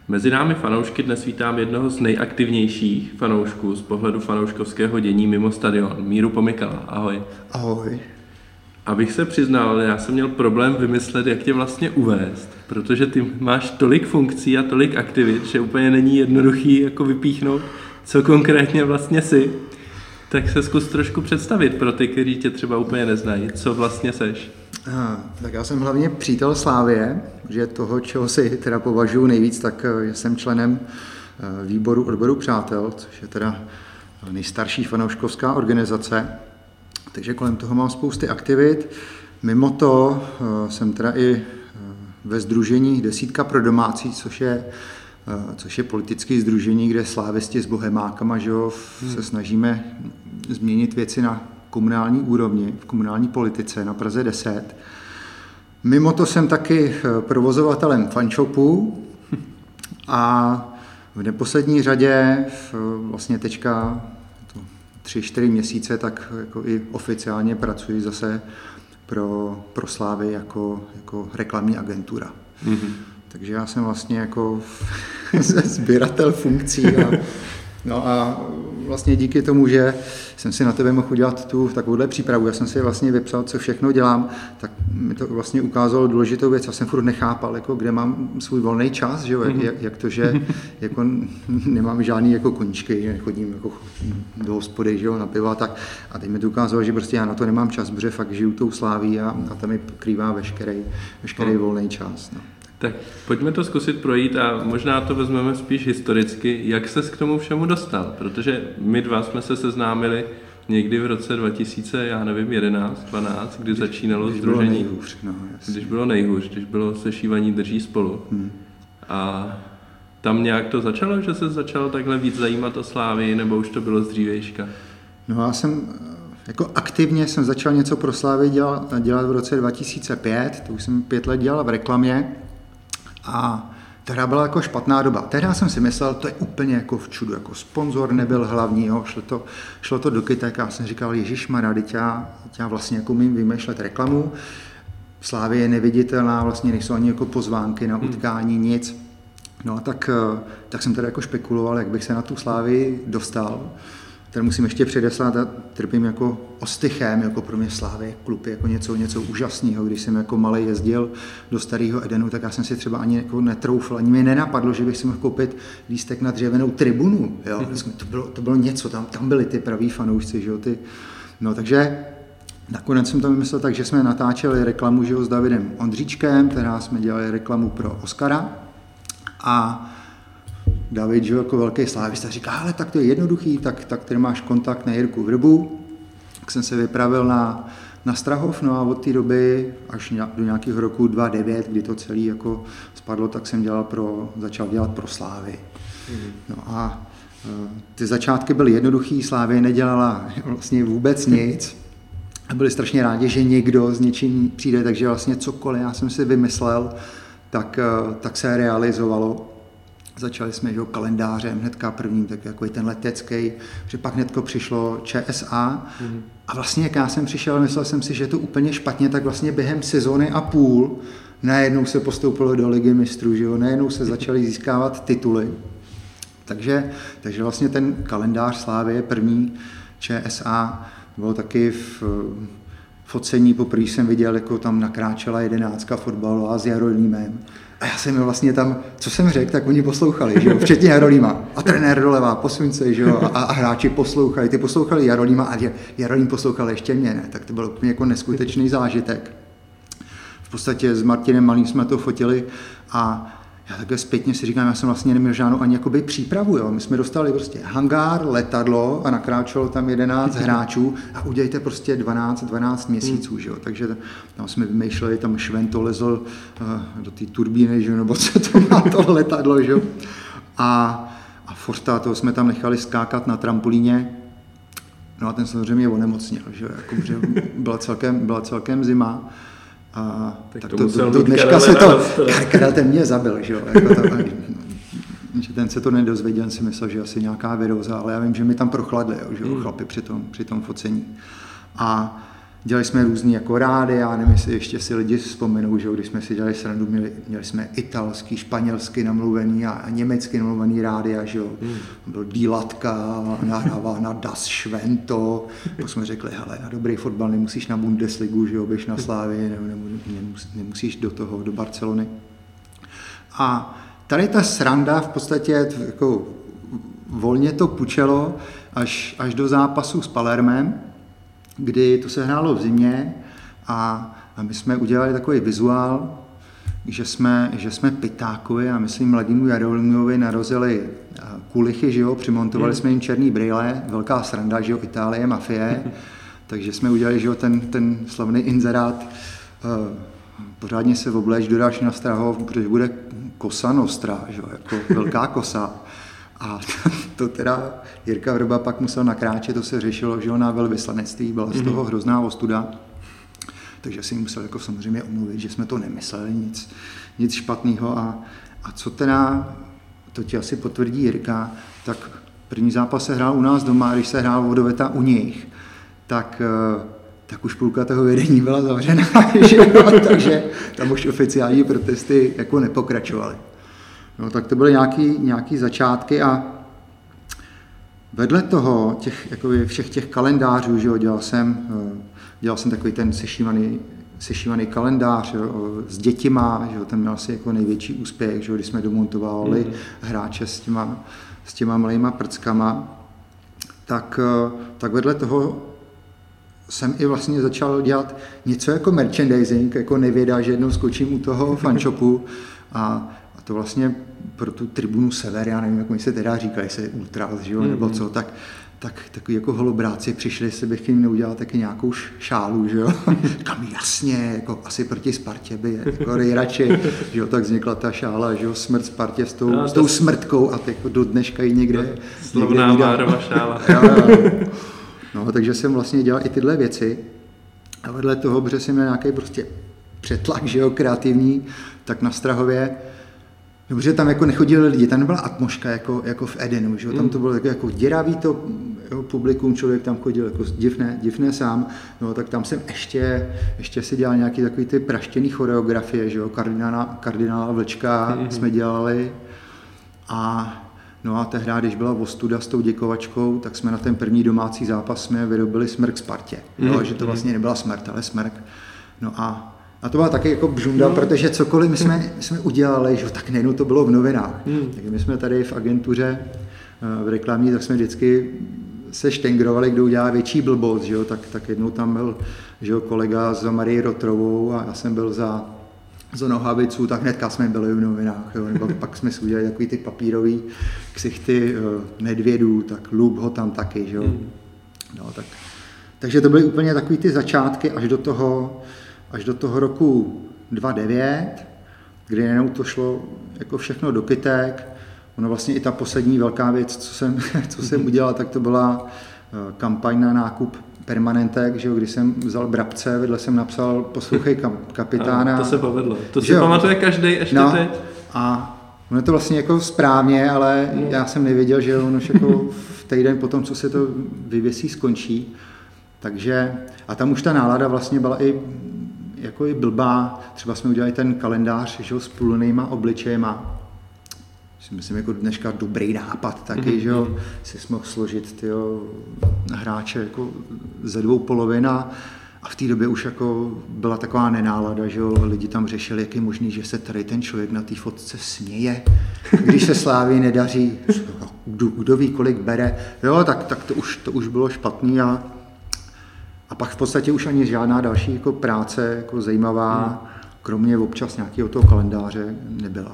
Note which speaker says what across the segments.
Speaker 1: Mezi námi fanoušky dnes vítám jednoho z nejaktivnějších fanoušků z pohledu fanouškovského dění mimo stadion, Míru Pomykala. Ahoj.
Speaker 2: Ahoj.
Speaker 1: Abych se přiznal, já jsem měl problém vymyslet, jak tě vlastně uvést, protože ty máš tolik funkcí a tolik aktivit, že úplně není jednoduchý jako vypíchnout, co konkrétně vlastně jsi. Tak se zkus trošku představit pro ty, kteří tě třeba úplně neznají, co vlastně seš.
Speaker 2: Tak já jsem hlavně přítel Slavie, že toho, čeho si teda považuji nejvíc, tak jsem členem výboru odboru přátel, což je teda nejstarší fanouškovská organizace. Takže kolem toho mám spousty aktivit. Mimo to jsem teda i ve sdružení Desítka pro domácí, což je politické sdružení, kde slávisti s bohemákama, že jo, se snažíme změnit věci na komunální úrovni, v komunální politice na Praze 10. Mimo to jsem taky provozovatelem fanshopu a v neposlední řadě vlastně teďka 3-4 měsíce tak jako i oficiálně pracuji zase pro Slávy jako reklamní agentura. Mm-hmm. Takže já jsem vlastně jako sběratel funkcí a vlastně díky tomu, že jsem si na tebe mohl udělat tu takovouhle přípravu, já jsem si vlastně vypsal, co všechno dělám, tak mi to vlastně ukázalo důležitou věc. Já jsem furt nechápal, jako kde mám svůj volný čas, že jo? Jak to, že jako nemám žádný jako koníčky, že nechodím jako do hospody, že jo, na piva, tak a teď mi to ukázalo, že prostě já na to nemám čas, protože fakt žiju tou Sláví a tam mi pokrývá veškerý volný čas. No.
Speaker 1: Tak pojďme to zkusit projít a možná to vezmeme spíš historicky, jak ses k tomu všemu dostal, protože my dva jsme se seznámili někdy v roce 2011, 12, kdy začínalo sdružení. Když bylo nejhůř, když bylo sešívaní drží spolu. A tam nějak to začalo, že se začal takhle víc zajímat o Slávii, nebo už to bylo z dřívejška?
Speaker 2: No já jsem jako aktivně jsem začal něco pro Slávii dělat v roce 2005, to už jsem 5 let dělal v reklamě. A tehdy byla jako špatná doba. Tehdy jsem si myslel, to je úplně jako v čudu, jako sponzor nebyl hlavní, jo, šlo to do kytek a já jsem říkal, ježišmarja, teď já vlastně jako umím vymýšlet reklamu. Slávie je neviditelná, vlastně nejsou ani jako pozvánky na utkání, nic. No a tak jsem teda jako špekuloval, jak bych se na tu Slávii dostal. Tady musím ještě předeslat a trpím jako ostychem, jako pro mě Slávie klub je jako něco úžasného. Když jsem jako malej jezdil do starého Edenu, tak já jsem si třeba ani jako netroufl, ani mi nenapadlo, že bych si mohl koupit lístek na dřevěnou tribunu. Jo? To bylo něco, tam byli ty praví fanoušci. Že jo? No takže nakonec jsem to vymyslel tak, že jsme natáčeli reklamu, že jo, s Davidem Ondříčkem, teda jsme dělali reklamu pro Oscara a David, že jako velký slávista, říká, ale tak to je jednoduchý, tak tady máš kontakt na Jirku Vrbu. Tak jsem se vypravil na Strahov, no a od té doby až do nějakého roku 2009, kdy to celé jako spadlo, tak jsem začal dělat pro Slávy. No a ty začátky byly jednoduchý, Slávy nedělala vlastně vůbec nic. A byli strašně rádi, že někdo s něčím přijde, takže vlastně cokoliv já jsem si vymyslel, tak se realizovalo. Začali jsme kalendářem hnedka prvním, tak jako ten letecký, že pak hnedko přišlo ČSA a vlastně jak já jsem přišel, myslel jsem si, že je to úplně špatně, tak vlastně během sezóny a půl najednou se postoupilo do Ligy mistrů, že jo, najednou se začaly získávat tituly. Takže vlastně ten kalendář Slávie první ČSA bylo taky v focení, poprvé jsem viděl, jako tam nakráčela 11 fotbalová s Jarolímem. A já jsem vlastně tam, co jsem řekl, tak oni poslouchali, že jo, včetně Jarolíma. A trenér doleva, posuň se, že jo, a hráči poslouchali. Ty poslouchali Jarolíma a Jarolím poslouchal ještě mě, ne? Tak to byl úplně jako neskutečný zážitek. V podstatě s Martinem Malým jsme to fotili a já takhle zpětně si říkám, já jsem vlastně neměl žádnou ani jakoby přípravu, jo. My jsme dostali prostě hangár, letadlo a nakráčelo tam 11 hráčů a udělejte prostě 12 měsíců, že jo. Takže tam jsme vymýšleli, tam Švento lezl do té turbíny, že jo, nebo co to má to letadlo, že jo. A Forsta, toho jsme tam nechali skákat na trampolíně, no a ten samozřejmě onemocněl, že jo, jako, že byla celkem zima. A tak do dneška se to, Karel ten mě zabil, že jo, jako že ten se to nedozvěděl, si myslel, že asi nějaká viróza, ale já vím, že mi tam prochladli, jo, že jo, chlapi při tom focení. A dělali jsme různý jako rády, já nevím, jestli ještě si lidi vzpomenou, že když jsme si dělali srandu, měli jsme italský, španělsky namluvený a německy namluvený rádia, že jo. Byl Dílatka, nahrává na Das Schwento, pak jsme řekli, hele, na dobrý fotbal nemusíš na Bundesligu, že jo, běž na Slávii, nemusíš do toho, do Barcelony. A tady ta sranda v podstatě jako volně to pučelo až do zápasu s Palermem, kdy to se hrálo v zimě a my jsme udělali takový vizuál, že jsme Pitákovi a myslím Mladému Jarolímovi narozili kulichy, že jo, přimontovali jsme jim černý brýle, velká sranda, že jo, Itálie, mafie, takže jsme udělali, že jo, ten slavný inzerát, pořádně se obléč, dodáš na Strahov, protože bude Cosa Nostra, že jo, jako velká kosa. A to teda Jirka Vrba pak musel nakráčet, to se řešilo, že na velvyslanectví, byla z toho hrozná ostuda. Takže si musel jako samozřejmě omluvit, že jsme to nemysleli, nic špatného. A co teda, to ti asi potvrdí Jirka, tak první zápas se hrál u nás doma, a když se hrál Vodoveta u nich, tak už půlka toho vedení byla zavřená, takže tam už oficiální protesty jako nepokračovaly. No, tak to byly nějaký začátky a vedle toho, všech těch kalendářů, že jo, dělal jsem takový ten sešívaný kalendář, jo, s dětima, že jo, ten měl asi jako největší úspěch, že jo, když jsme domontovali hráče s těma malýma prckama, tak vedle toho jsem i vlastně začal dělat něco jako merchandising, jako nevěda, že jednou skočím u toho fanshopu a to vlastně pro tu tribunu Sever, já nevím, jak oni se teda říkají, jestli je Ultras, že jo, nebo co, tak takový jako holobráci přišli, jestli bych jim neudělal taky nějakou šálu, že jo. Tam jasně, jako asi proti Spartě by jako nejradši, že jo, tak vznikla ta šála, že jo, smrt Spartě s tou smrtkou a teď jako do dneška ji někde.
Speaker 1: Slavná Márova šála.
Speaker 2: No, takže jsem vlastně dělal i tyhle věci a vedle toho, protože jsem měl nějaký prostě přetlak, že jo, kreativní, tak na Strahově, protože tam jako nechodili lidi, tam nebyla atmosféra jako v Edenu, že jo? Tam to bylo jako děravý to publikum, člověk tam chodil jako divné sám, no, tak tam jsem ještě si dělal nějaký takový ty praštěný choreografie, že jo? Kardinála Vlčka jsme dělali a tehdy, když byla ostuda s tou děkovačkou, tak jsme na ten první domácí zápas jsme vyrobili smrk Spartě, jo? Že to vlastně nebyla smrt, ale smrk. No a to byla taky jako bžunda, protože cokoliv my jsme udělali, že tak nejenom to bylo v novinách. Tak my jsme tady v agentuře v reklamě, tak jsme vždycky se štengrovali, kdo udělá větší blbost, že jo? Tak jednou tam byl, že jo, kolega za Marii Rotrovou a já jsem byl za Nohavicu, tak hnedka jsme byli v novinách, jo? Nebo pak jsme si udělali takový ty papírový ksichty medvědů, tak Lub ho tam taky, že jo. No, takže to byly úplně takový ty začátky až do toho roku 2009, kdy jenom to šlo jako všechno do kytek. Ono vlastně i ta poslední velká věc, co jsem udělal, tak to byla kampaň na nákup permanentek, že jo, když jsem vzal Brabce, vedle jsem napsal Poslouchej kapitána.
Speaker 1: To se povedlo. To si pamatuje každý ještě teď.
Speaker 2: A ono je to vlastně jako správně, ale já jsem nevěděl, že ono jako v týden potom, co se to vyvěsí, skončí. Takže, a tam už ta nálada vlastně byla i blbá. Třeba jsme udělali ten kalendář, že jo, s plnýma obličejema. Myslím, jako dneška dobrý nápad taky, že jo, si mohl složit tyjo, hráče jako ze dvou polovin a v té době už jako byla taková nenálada, že jo, lidi tam řešili, jak je možný, že se tady ten člověk na té fotce směje, když se Slávii nedaří, kdo ví, kolik bere, jo, tak to už bylo špatný a pak v podstatě už ani žádná další jako práce jako zajímavá, kromě občas nějakého toho kalendáře nebyla.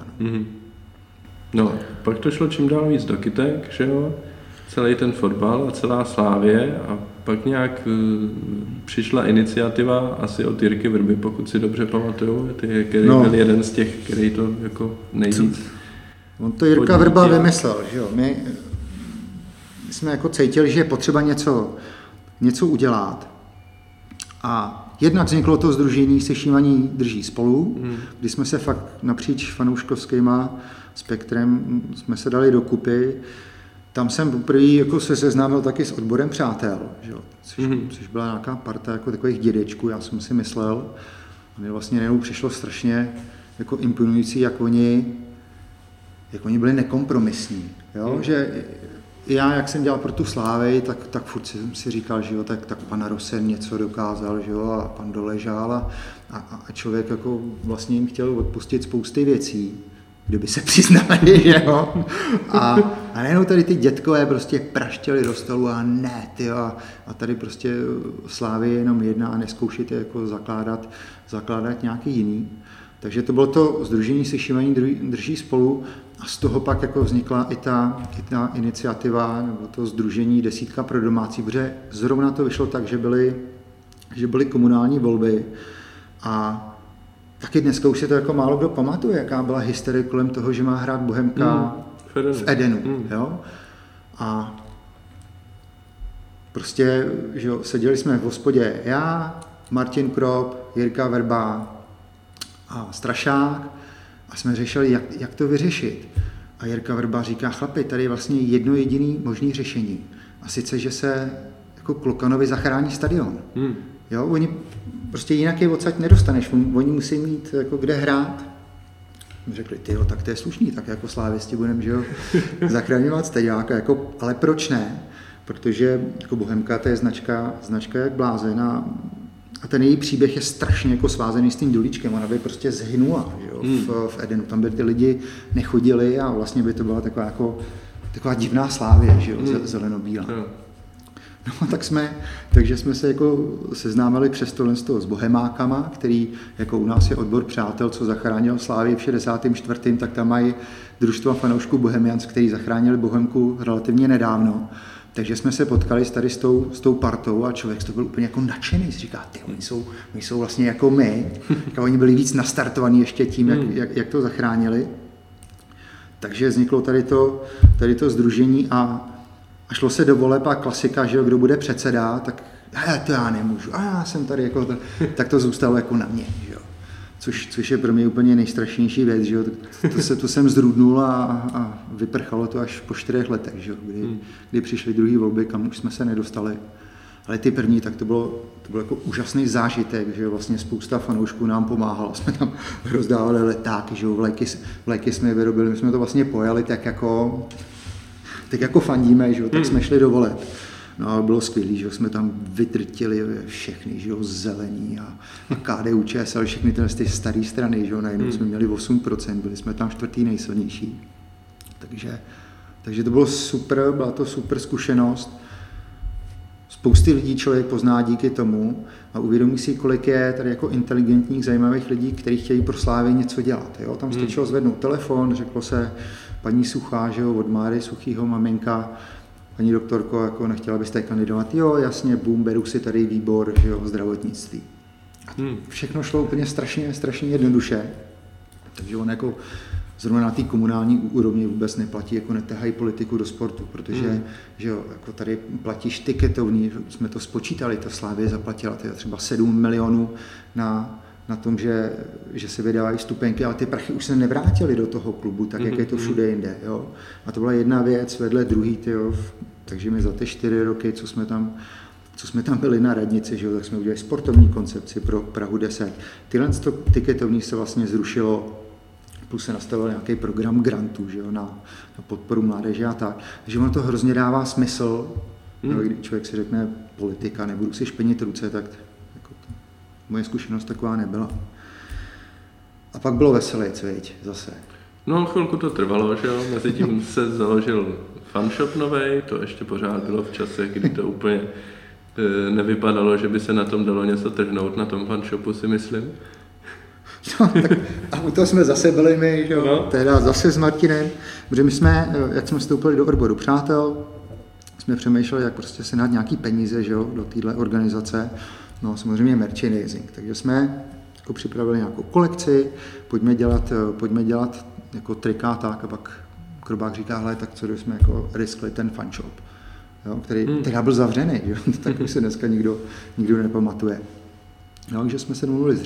Speaker 1: No, pak to šlo čím dál víc do kytek, že jo, celý ten fotbal a celá Slávie a pak nějak přišla iniciativa asi od Jirky Vrby, pokud si dobře pamatuju, který byl jeden z těch, který to jako nejvíc...
Speaker 2: On to Jirka Vrba vymyslel, že jo, my jsme jako cítili, že je potřeba něco udělat a jednak vzniklo to sdružení Sešívaní drží spolu, kdy jsme se fakt napříč fanouškovskýma spektrem jsme se dali dokupy Tam jsem poprvé jako se seznámil taky s odborem přátel, že jo? Což byla nějaká parta jako takových dědečků, já jsem si myslel. A mě vlastně najednou přišlo strašně jako imponující, jak oni byli nekompromisní. Jo? Že já, jak jsem dělal pro tu Slávy, tak furt jsem si říkal, že jo, tak pan Rosen něco dokázal, že jo, a pan Doležal a člověk jako vlastně jim chtěl odpustit spousty věcí, kdyby se přiznali, že jo. A najednou tady ty dětkové prostě praštěli do stolu a ne, tyjo, a tady prostě Slávy je jenom jedna a neskoušíte jako zakládat nějaký jiný. Takže to bylo to sdružení Sešívaní drží spolu a z toho pak jako vznikla i ta iniciativa nebo to sdružení Desítka pro domácí, protože zrovna to vyšlo tak, že byly komunální volby a taky dneska už se to jako málo kdo pamatuje, jaká byla hysterie kolem toho, že má hrát Bohemka v Edenu. Jo? A prostě, že jo, seděli jsme v hospodě já, Martin Krop, Jirka Verba a Strašák a jsme řešili, jak to vyřešit. A Jirka Verba říká, chlapi, tady je vlastně jedno jediné možné řešení. A sice, že se jako Klokanovi zachrání stadion. Jo, oni prostě jinak je odsaď nedostaneš, oni musí mít jako kde hrát. My řekli, tyjo, tak to je slušný, tak jako slávisti budeme, že jo, zachraňovat stadiáka, jako, ale proč ne? Protože jako Bohemka to je značka jak blázen a ten její příběh je strašně jako svázený s tím Dolíčkem, ona by prostě zhynula, že jo, v Edenu, tam by ty lidi nechodili a vlastně by to byla taková divná Slávie, že jo, zelenobílá. No takže jsme se jako seznámili přes tohle s bohemákama, který jako u nás je odbor přátel, co zachránil Slávii v 64. tak tam mají družstva fanoušků Bohemians, který zachránili Bohemku relativně nedávno. Takže jsme se potkali tady s tou partou a člověk to byl úplně jako nadšený. Si říká, ty, oni jsou vlastně jako my. A oni byli víc nastartovaní ještě tím, jak to zachránili. Takže vzniklo tady to sdružení a šlo se do voleb a klasika, že kdo bude předseda, tak to já nemůžu. A já jsem tady jako, tak to zůstalo jako na mě. Že jo. Což je pro mě úplně nejstrašnější věc. Že jo. To jsem zrudnul a vyprchalo to až po 4 letech, že jo, kdy přišly druhé volby, kam už jsme se nedostali. Ale ty první, tak to bylo jako úžasný zážitek, že vlastně spousta fanoušků nám pomáhala. Jsme tam rozdávali letáky, že jo, vlajky jsme je vyrobili, my jsme to vlastně pojali tak jako fandíme, že jo, tak jsme šli do voleb. No a bylo skvělý, že jo, jsme tam vytrtili všechny, že jo, zelení a KDU, ČSL, všechny ty staré strany, že jo, najednou jsme měli 8%, byli jsme tam 4. nejsilnější. Takže to bylo super, byla to super zkušenost. Spousty lidí člověk pozná díky tomu a uvědomí si, kolik je tady jako inteligentních, zajímavých lidí, kteří chtějí pro Slávy něco dělat. Jo? Tam stačilo zvednout telefon, řeklo se paní Suchá, že jo, od Máry Suchýho maminka, paní doktorko, jako nechtěla byste kandidovat, jo, jasně, boom, beru si tady výbor, že jo, zdravotnictví. A všechno šlo úplně strašně jednoduše, takže on jako zrovna na té komunální úrovni vůbec neplatí, jako netahají politiku do sportu, protože že jo, jako tady platíš tiketovný, jsme to spočítali, ta Slávie zaplatila třeba 7 milionů na tom, že se vydávají stupenky, ale ty prachy už se nevrátily do toho klubu, tak jak je to všude jinde. Jo? A to byla jedna věc vedle druhý, takže my za ty 4 roky, co jsme tam byli na radnici, že jo, tak jsme udělali sportovní koncepci pro Prahu 10. Tyhle tiketovní se vlastně zrušilo, plus se nastavil nějaký program grantů, že jo, na podporu mládeže a tak. Takže ono to hrozně dává smysl, jo, když člověk si řekne politika, nebudu si špinit ruce, tak jako moje zkušenost taková nebyla. A pak bylo veselý cvič zase.
Speaker 1: No chvilku to trvalo, že jo, mezi tím se založil fanshop novej, to ještě pořád bylo v časech, kdy to úplně nevypadalo, že by se na tom dalo něco trhnout, na tom fanshopu si myslím.
Speaker 2: No, tak, a u toho jsme zase byli my, že? No. Teda zase s Martinem, protože my jsme, jak jsme vstoupili do odboru přátel, jsme přemýšleli, jak prostě se dát nějaký peníze, že jo, do téhle organizace, no samozřejmě merchandising, takže jsme jako připravili nějakou kolekci, pojďme dělat jako trika tak a pak Krobák říká, hele, tak co jsme jako riskli ten fanshop, jo, který byl zavřený, jo, tak už se dneska nikdo nepamatuje. No, takže jsme se domluvili s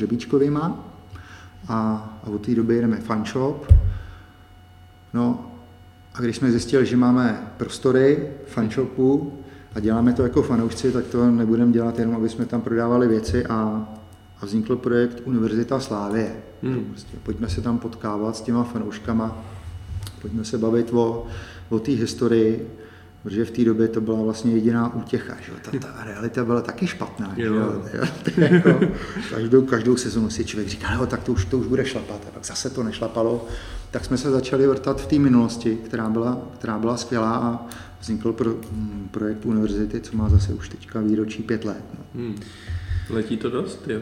Speaker 2: Řebíčkovýma, a od té doby jedeme fanshop. No A když jsme zjistili, že máme prostory fanshopu a děláme to jako fanoušci, tak to nebudeme dělat jenom, aby jsme tam prodávali věci a vznikl projekt Univerzita Slávie. Prostě pojďme se tam potkávat s těma fanouškama, pojďme se bavit o té historii, protože v té době to byla vlastně jediná útěcha. Že? Ta realita byla taky špatná. Jako, každou sezonu si člověk říká, no, tak to už bude šlapat, a pak zase to nešlapalo. Tak jsme se začali vrtat v té minulosti, která byla skvělá a vznikl projekt univerzity, co má zase už teďka výročí 5 let. No.
Speaker 1: Letí to dost, jo?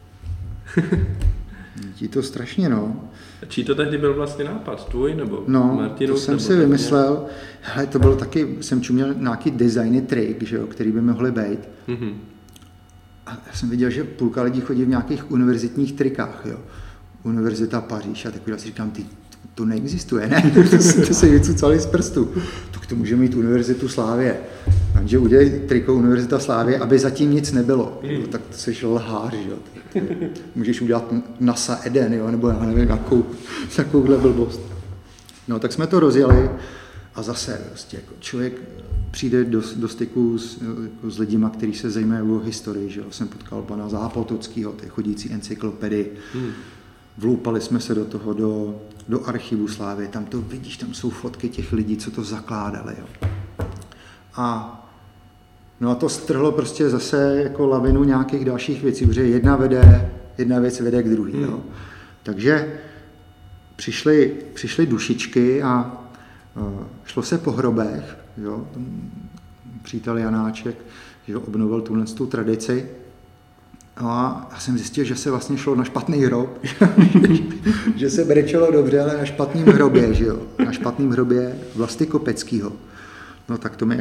Speaker 2: Letí to strašně, no.
Speaker 1: A čí to tehdy byl vlastně nápad? Tvůj nebo Martinův?
Speaker 2: To jsem si vymyslel. Hele, to bylo taky, jsem čuměl nějaký designy trik, že jo, který by mohly být. A já jsem viděl, že půlka lidí chodí v nějakých univerzitních trikách, jo. Univerzita Paříž a takový si říkám, to neexistuje, ne? To se vycucali z prstu. Tak to může mít Univerzitu Slávie. Takže udělej triko Univerzita Slávie, aby zatím nic nebylo. Jo, tak to jsi lhář, jo. Můžeš udělat NASA Eden, jo, nebo já nevím, takovouhle blbost. No, tak jsme to rozjeli a zase prostě, jako člověk přijde do styku s lidima, kteří se zajímají o historii, že jo. Jsem potkal pana Zápotockého, to je chodící encyklopedii. Vloupali jsme se do toho, do archivu Slávy, tam to vidíš, tam jsou fotky těch lidí, co to zakládali. Jo. A to strhlo prostě zase jako lavinu nějakých dalších věcí, protože jedna věc vede k druhé. Jo. Takže přišly dušičky a šlo se po hrobech. Jo. Přítel Janáček, že obnovil tu tradici. No a já jsem zjistil, že se vlastně šlo na špatný hrob, že se brečelo dobře, ale na špatným hrobě, že jo? Na špatným hrobě Vlasty Kopeckýho. No tak to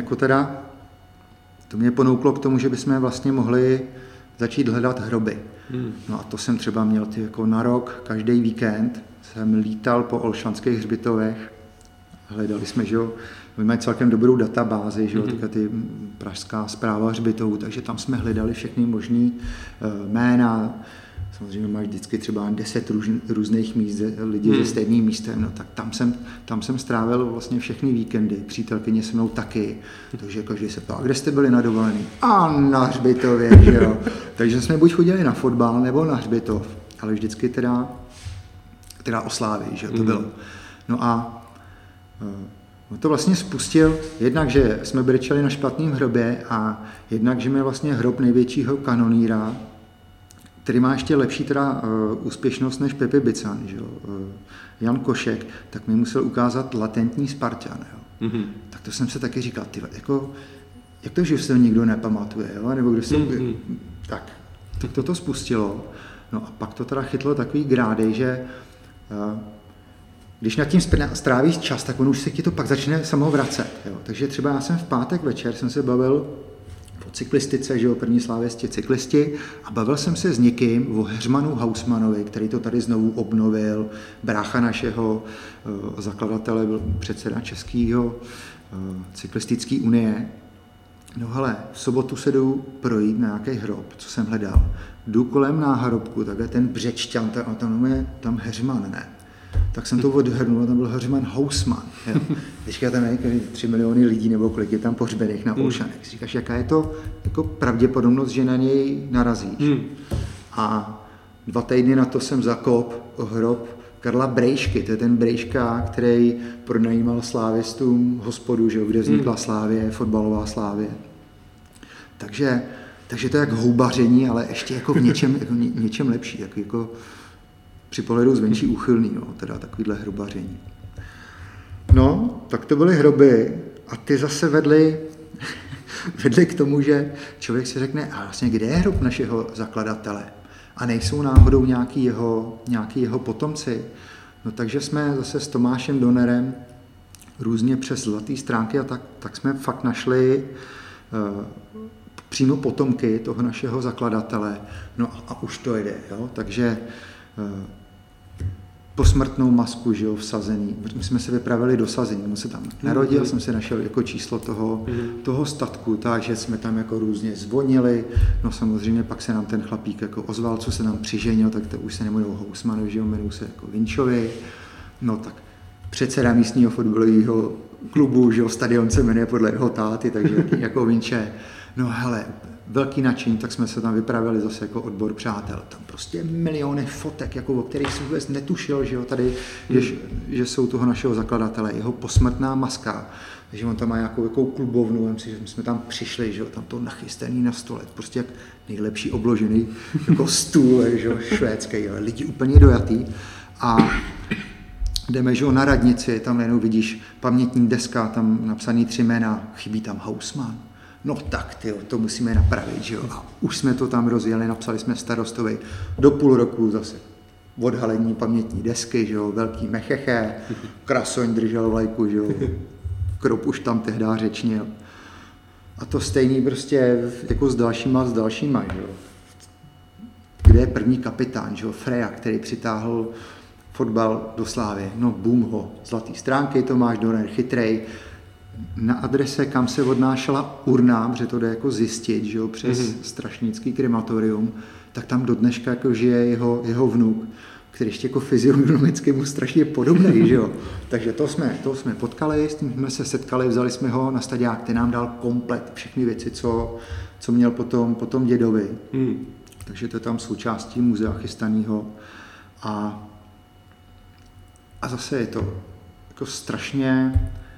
Speaker 2: mě ponouklo k tomu, že bychom vlastně mohli začít hledat hroby. No a to jsem třeba měl jako na rok, každý víkend jsem lítal po olšanských hřbitovech, hledali jsme, že jo, my mají celkem dobrou databázi, že jo, ty pražská správa hřbitovů, takže tam jsme hledali všechny možný jména. Samozřejmě máš vždycky třeba 10 různých míst, lidí se stejným místem, no tak tam jsem strávil vlastně všechny víkendy, přítelkyně se mnou taky, takže každý se ptal, kde jste byli na dovolený? A na hřbitově, že jo. Takže jsme buď chodili na fotbal nebo na hřbitov, ale vždycky teda o Slávii, že to bylo. No a to vlastně spustil jednak, že jsme brečeli na špatném hrobě a jednak, že mi vlastně hrob největšího kanoníra, který má ještě lepší teda úspěšnost než Pepe Bican, že jo? Jan Košek, tak mi musel ukázat latentní Spartan. Jo? Tak to jsem se taky říkal, jak to, že se nikdo nepamatuje, jo? Nebo kdo se... Tak to spustilo. No a pak to teda chytlo takový grády, že když nad tím strávíš čas, tak on už se ti to pak začne samo vracet. Jo? Takže třeba já jsem v pátek večer jsem se bavil o cyklistice, že jo, první slávěstě cyklisti, a bavil jsem se s někým o Heřmanu Hausmanovi, který to tady znovu obnovil, brácha našeho zakladatele, byl předseda Českého cyklistické unie. No hele, v sobotu se jdu projít na nějaký hrob, co jsem hledal. Jdu kolem náhrobku, takhle ten Břečťan, tam Heřman, ne? Tak jsem to odhrnul, tam byl Heřman Hausman. Teďka tam je 3 miliony lidí nebo kolik je tam pohřbených na Olšanech. Říkáš, jaká je to jako pravděpodobnost, že na něj narazíš. A 2 týdny na to jsem zakop hrob Karla Brejšky. To je ten Brejška, který pronajímal slávistům hospodu, že, kde vznikla Slávie, fotbalová Slávie. Takže to je jak houbaření, ale ještě jako v něčem lepší. Jako při pohledu zvenčí úchylný, no, teda takovýhle hrobaření. No, tak to byly hroby a ty zase vedly k tomu, že člověk si řekne, a vlastně kde je hrob našeho zakladatele? A nejsou náhodou nějaký jeho potomci? No takže jsme zase s Tomášem Donerem různě přes zlatý stránky a tak jsme fakt našli přímo potomky toho našeho zakladatele. No a už to jde, jo? Takže posmrtnou masku, že jo, vsazený. My jsme se vypravili do Sazení, on se tam narodil, jsem se našel jako číslo toho statku, takže jsme tam jako různě zvonili, no samozřejmě pak se nám ten chlapík jako ozval, co se nám přiženil, tak to už se nejmenují Hausmanovi, že jo, jmenují se jako Vinčovi, no tak předseda místního fotbalového klubu, že jo, stadion se jmenuje podle jeho táty, takže jako Vinče. No hele, velký nadšení, tak jsme se tam vypravili zase jako odbor přátel. Tam prostě miliony fotek, jako o kterých jsem vůbec netušil, že jo, tady, že jsou toho našeho zakladatele, jeho posmrtná maska. Takže on tam má nějakou jako klubovnu, vem si, že jsme tam přišli, že jo, tam to nachystaný na stole, prostě jak nejlepší obložený jako stůl, že jo, švédský, jo, lidi úplně dojatý. A jdeme, že jo, na radnici, tam najednou vidíš pamětní deska, tam napsaný 3 jména, chybí tam Hausmann. No tak, tyjo, to musíme napravit, že jo. A už jsme to tam rozjeli, napsali jsme starostovi do půl roku zase odhalení pamětní desky, že jo, velký mecheche, Krasoň držel vlajku, že jo, Krop už tam tehdy řečnil. A to stejný prostě jako s dalšíma, že jo. Kde je první kapitán, že jo, Freja, který přitáhl fotbal do slávy, no boom ho, zlatý stránky, Tomáš Dorer, chytrej, na adrese, kam se odnášela urna, protože to jde jako zjistit, že jo, přes strašnický krematorium, tak tam do dneška jako žije jeho vnuk, který ještě jako fyziognomicky mu strašně podobný, že jo. Takže to jsme potkali, s tím jsme se setkali, vzali jsme ho na stadiák, který nám dal komplet všechny věci, co měl potom dědovi. Takže to je tam součástí muzea chystaného. A zase je to jako strašně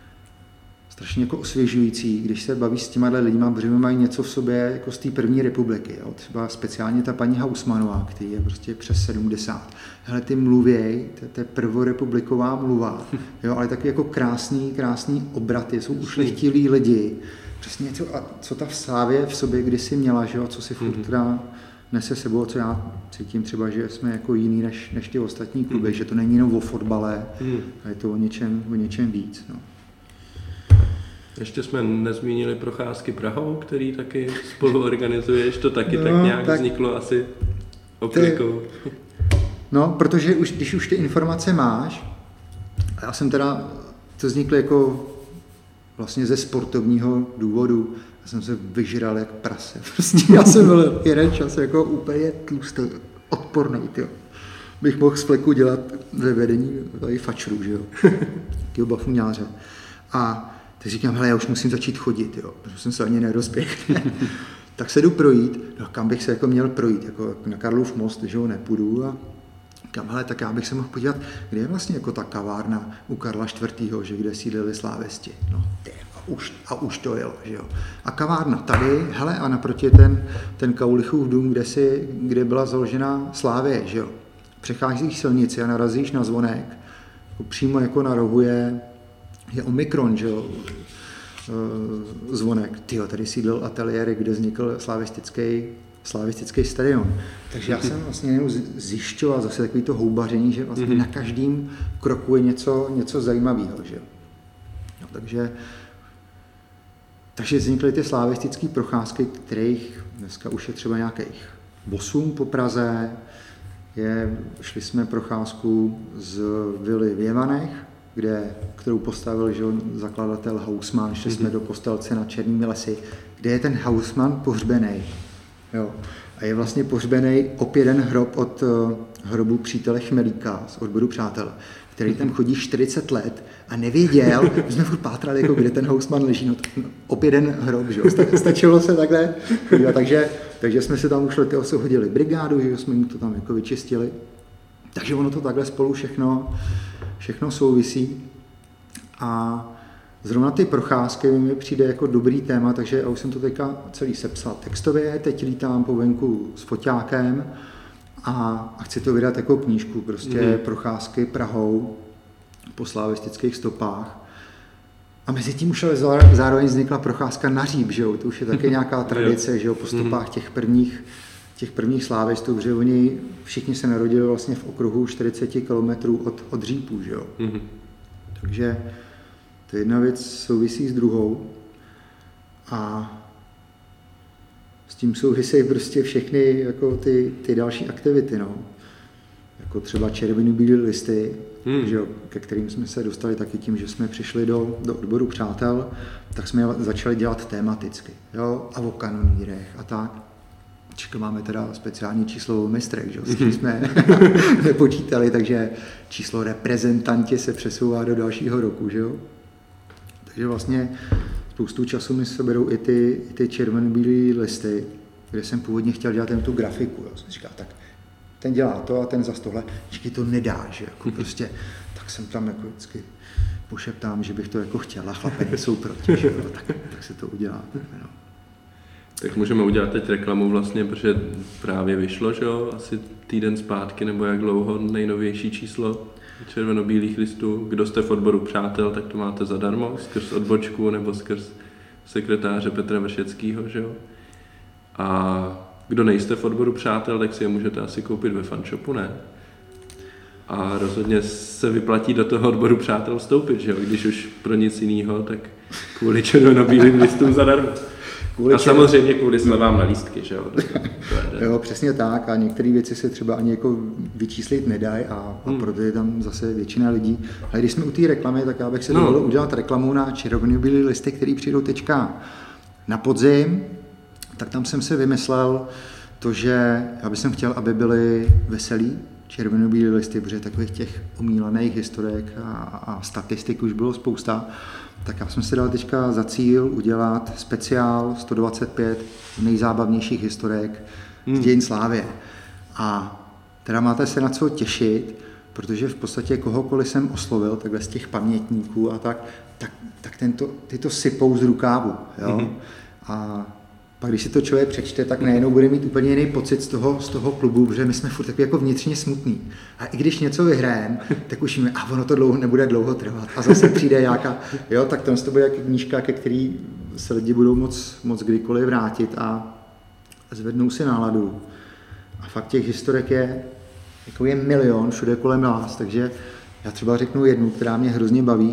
Speaker 2: jako osvěžující, když se baví s těma lidma, protože mají něco v sobě jako z té první republiky. Jo? Třeba speciálně ta paní Hausmanová, který je prostě přes 70. Hele, ty mluvěj, to je prvorepubliková mluva, jo? Ale taky jako krásný obraty, jsou ušlechtilí lidi. Přesně něco, a co ta v Slávě v sobě kdysi měla, že jo? Co si furt nese sebou, co já cítím třeba, že jsme jako jiný než ty ostatní kluby, že to není jenom o fotbale, a je to o něčem víc. No.
Speaker 1: Ještě jsme nezmínili procházky Prahou, který taky spolu organizuješ, to taky tak nějak vzniklo asi oklikou.
Speaker 2: No, protože když už ty informace máš, a já jsem teda, to vzniklo jako vlastně ze sportovního důvodu, já jsem se vyžral jak prase, prostě já jsem byl jeden čas jako úplně tlustý, odporný, tyjo. Bych mohl z fleku dělat ve vedení tady fačrů, že jo, takýho bafuňáře. A tak říkám, hele, já už musím začít chodit, jo, protože jsem se ani nerozběhl. Tak se jdu projít, no kam bych se jako měl projít, jako na Karlův most, že jo, nepůjdu a kam, hele, tak já bych se mohl podívat, kde je vlastně jako ta kavárna u Karla IV., že kde sídlili slávisti. No, a už to jelo, že jo. A kavárna tady, hele, a naproti je ten Kaulichův dům, kde byla založena Slávie, že jo. Přecházíš silnici a narazíš na zvonek, jako přímo jako na rohu je Omikron, že jo, zvonek. Tyjo, tady sídlil ateliér, kde vznikl slavistický stadion. Takže já jsem vlastně zjišťoval zase takový to houbaření, že vlastně na každém kroku je něco zajímavého, že jo. No, takže vznikly ty slavistické procházky, kterých dneska už je třeba nějakých 8 po Praze. Šli jsme procházku z vily v Jevanech, kterou postavil, že zakladatel Hausmann, šli jsme do Kostelce nad Černými lesy, kde je ten Hausmann pohřbený. Jo. A je vlastně pohřbený opět jeden hrob od hrobu přítele Chmelíka z odboru přátel, který tam chodí 40 let a nevěděl, my jsme furt pátrali, jako kde ten Hausmann leží, no opět jeden hrob, že jo. Stačilo se takhle, takže jsme se tam ušli, hodili brigádu, že jsme mu to tam jako vyčistili. Takže ono to takhle spolu všechno souvisí a zrovna ty procházky mi přijde jako dobrý téma, takže já už jsem to teďka celý sepsal textově, teď lítám po venku s foťákem a chci to vydat jako knížku, prostě procházky Prahou po slavistických stopách. A mezi tím už ale zároveň vznikla procházka na Říp, že jo, to už je také nějaká tradice, že jo, po stopách těch prvních slávistů, protože oni všichni se narodili vlastně v okruhu 40 kilometrů od Řípů, že jo. Takže to jedna věc souvisí s druhou a s tím souvisí prostě všechny jako ty další aktivity, no. Jako třeba červený bílé listy, že jo, ke kterým jsme se dostali taky tím, že jsme přišli do odboru přátel, tak jsme začali dělat tematicky, jo, a o kanonýrech a tak. to máme teda speciální číslo mistrek, že? S tím jsme nepočítali, takže číslo reprezentanti se přesouvá do dalšího roku. Že? Takže vlastně spoustu času mi se berou i ty červeno-bílé listy, kde jsem původně chtěl dělat jen tu grafiku. Jo? Jsem říkal, tak ten dělá to a ten zas tohle, vždycky to nedá, že? Jako prostě, tak jsem tam jako vždycky pošeptám, že bych to jako chtěl a chlapi nejsou proti, že? Tak se to udělá. No.
Speaker 1: Tak můžeme udělat teď reklamu vlastně, protože právě vyšlo, že jo, asi týden zpátky nebo jak dlouho nejnovější číslo červeno-bílých listů. Kdo jste v odboru Přátel, tak to máte zadarmo, skrz odbočku nebo skrz sekretáře Petra Vršeckýho, že jo. A kdo nejste v odboru Přátel, tak si je můžete asi koupit ve fanshopu, ne? A rozhodně se vyplatí do toho odboru Přátel vstoupit, že jo, když už pro nic jiného, tak kvůli červeno-bílým listům zadarmo. A samozřejmě kvůli slevám na lístky, že jo?
Speaker 2: Jo, přesně tak a některé věci se třeba ani jako vyčíslit nedají a proto je tam zase většina lidí. Ale když jsme u té reklamy, tak já bych se dovolil udělat reklamu na červeno-bílé listy, které přijdou teďka na podzim, tak tam jsem si vymyslel to, že já bych chtěl, aby byly veselý červeno-bílé listy, protože takových těch omílaných historek a statistik už bylo spousta. Tak já jsem si dal teďka za cíl udělat speciál 125 nejzábavnějších historek z dějin Slávie. A teda máte se na co těšit, protože v podstatě kohokoliv jsem oslovil, takhle z těch pamětníků a tak ty to sypou z rukávu. Jo? A pak když si to člověk přečte, tak najednou bude mít úplně jiný pocit z toho klubu, protože my jsme furt takový jako vnitřně smutný. A i když něco vyhrajeme, tak už víme, a ono to nebude dlouho trvat. A zase přijde nějaká, jo, tak tam to bude jak knížka, ke který se lidi budou moc kdykoliv vrátit a zvednou si náladu. A fakt těch historek je milion všude kolem nás, takže já třeba řeknu jednu, která mě hrozně baví.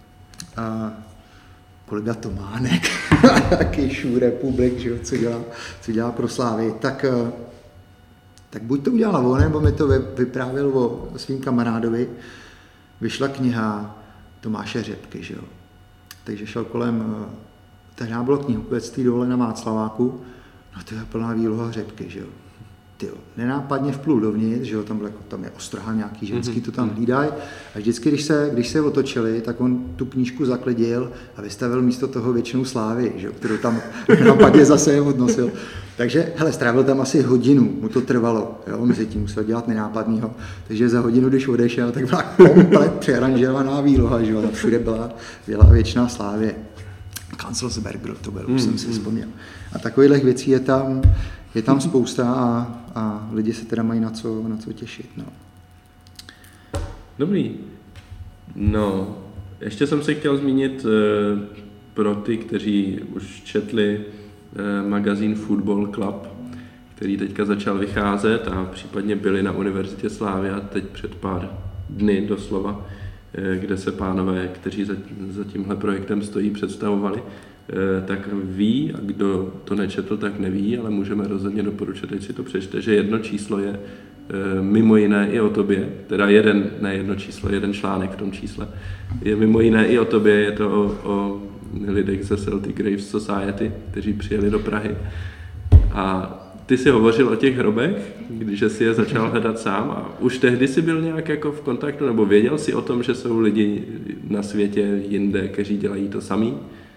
Speaker 2: Kolega Tománek, jaký šůrepublik, že jo, co dělá pro Slávy, tak buď to udělal on, nebo mi to vyprávěl o svým kamarádovi. Vyšla kniha Tomáše Řepky, že jo. Takže šel kolem, tehdy bylo knihkupectví dole na Václaváku, no to je plná výloha Řepky, že jo. Tyjo, nenápadně vplul dovnitř, že jo, tam je ostraha, nějaký ženský to tam hlídají a vždycky, když se otočili, tak on tu knížku zaklidil a vystavil místo toho většinou Slávy, že jo, kterou tam nenápadně zase odnosil. Takže, hele, strávil tam asi hodinu, mu to trvalo, jo, mezi tím musel dělat nenápadnýho, takže za hodinu, když odešel, tak byla komplet přearanžovaná výloha, že jo, a všude byla věčná Slávě. Kancelsberger to byl, už jsem si vzpomněl. A takových věcí je tam spousta a lidi se teda mají na co těšit. No.
Speaker 1: Dobrý. No, ještě jsem se chtěl zmínit pro ty, kteří už četli magazín Football Club, který teďka začal vycházet a případně byli na Univerzitě Slavia teď před pár dny doslova, kde se pánové, kteří za tímhle projektem stojí, představovali, tak ví, a kdo to nečetl, tak neví, ale můžeme rozhodně doporučit, ať si to přečte, že jedno číslo je mimo jiné i o tobě, teda jeden článek v tom čísle, je mimo jiné i o tobě, je to o lidech ze Celtic Graves Society, kteří přijeli do Prahy. A ty jsi hovořil o těch hrobech, když jsi je začal hledat sám a už tehdy jsi byl nějak jako v kontaktu, nebo věděl jsi o tom, že jsou lidi na světě jinde, kteří dělají to samý?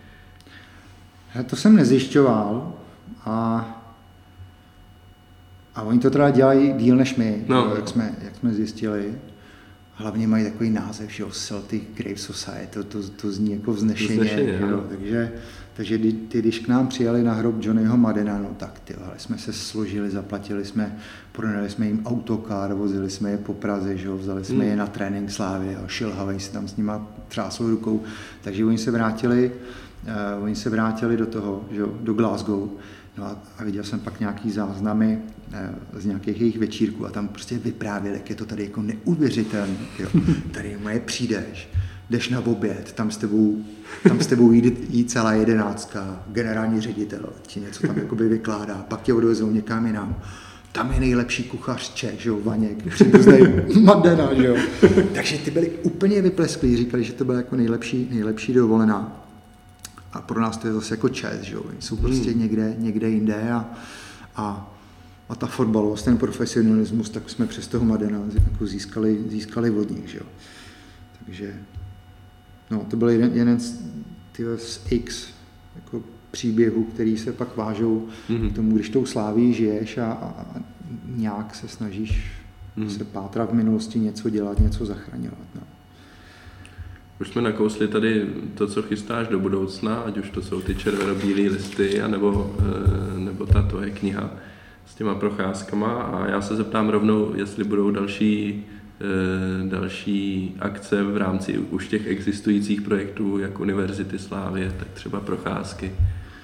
Speaker 2: To jsem nezjišťoval a oni to teda dělají díl než my, jak jsme zjistili. Hlavně mají takový název, že jo, Celtic Grave Society, to zní jako vznešeně. Takže když k nám přijeli na hrob Johnnyho Maddena, no tak jsme se složili, zaplatili jsme, pronali jsme jim autokar, vozili jsme je po Praze, že jo, vzali jsme je na trénink Slávy a šilhavej si tam s nima třásl rukou, takže oni se vrátili do toho, že jo, do Glasgow. No a viděl jsem pak nějaký záznamy z nějakých jejich večírků a tam prostě vyprávěli, jak je to tady jako neuvěřitelný. Jo. Tady moje přijdeš, jdeš na oběd, tam s tebou jí celá 11, generální ředitel ti něco tam jakoby vykládá, pak tě odvezou někam jinam. Tam je nejlepší kuchař Čech, že jo, Vaněk, příbuznej Madena, že jo. Takže ty byli úplně vyplesklí, říkali, že to byla jako nejlepší dovolená. A pro nás to je zase jako čest, že jo, jsou prostě někde jinde a a ta fotbalovost, ten profesionalismus, tak jsme přes toho Mladena jako získali od nich. Že jo. Takže no, to byl jeden z X jako příběhů, který se pak vážou k tomu, když tou Sláví žiješ a nějak se snažíš se pátrat v minulosti, něco dělat, něco zachraňovat. No.
Speaker 1: Už jsme nakousli tady to, co chystáš do budoucna, ať už to jsou ty červeno-bílé listy, nebo ta tvoje kniha s těma procházkama. A já se zeptám rovnou, jestli budou další akce v rámci už těch existujících projektů, jak Univerzity Slávie, tak třeba procházky.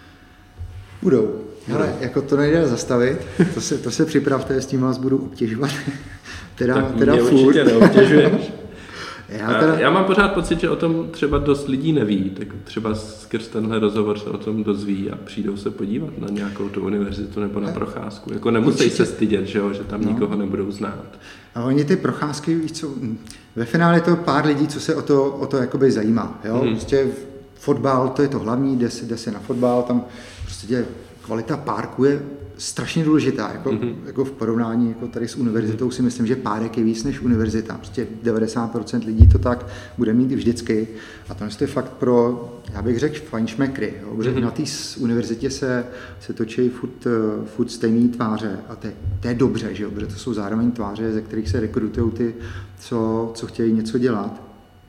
Speaker 2: Budou. Ale jako to nejde zastavit, to se připravte, s tím vás budu obtěžovat. teda
Speaker 1: mě
Speaker 2: furt.
Speaker 1: Určitě neobtěžuješ. Já mám pořád pocit, že o tom třeba dost lidí neví, tak třeba skrz tenhle rozhovor se o tom dozví a přijdou se podívat na nějakou tu univerzitu nebo na procházku. Jako nemusí se stydět, že tam nikoho nebudou znát. A
Speaker 2: oni ty procházky, víš co, ve finále je to pár lidí, co se o to jakoby zajímá. Jo? Prostě fotbal, to je to hlavní, jde se na fotbal, tam prostě kvalita parku je strašně důležitá, jako v porovnání jako tady s univerzitou si myslím, že párek je víc než univerzita. Prostě 90% lidí to tak bude mít vždycky. A to je fakt pro, já bych řekl, fajnšmekry. Na té univerzitě se točí furt stejný tváře a to je dobře, že jo? Protože to jsou zároveň tváře, ze kterých se rekrutují ty, co chtějí něco dělat.